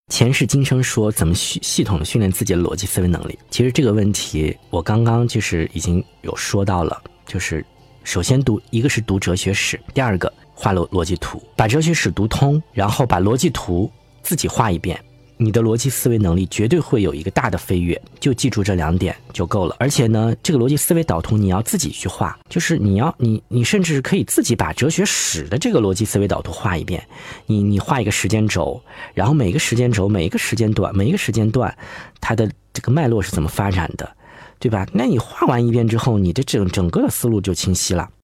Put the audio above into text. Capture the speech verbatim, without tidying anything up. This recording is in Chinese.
前世今生说怎么系系统的训练自己的逻辑思维能力。其实这个问题我刚刚就是已经有说到了，就是首先读一个是读哲学史，第二个画逻逻辑图，把哲学史读通，然后把逻辑图自己画一遍，你的逻辑思维能力绝对会有一个大的飞跃，就记住这两点就够了。而且呢，这个逻辑思维导图你要自己去画，就是你要你你甚至可以自己把哲学史的这个逻辑思维导图画一遍，你你画一个时间轴，然后每个时间轴每一个时间段每一个时间段它的这个脉络是怎么发展的，对吧？那你画完一遍之后，你的整整个的思路就清晰了。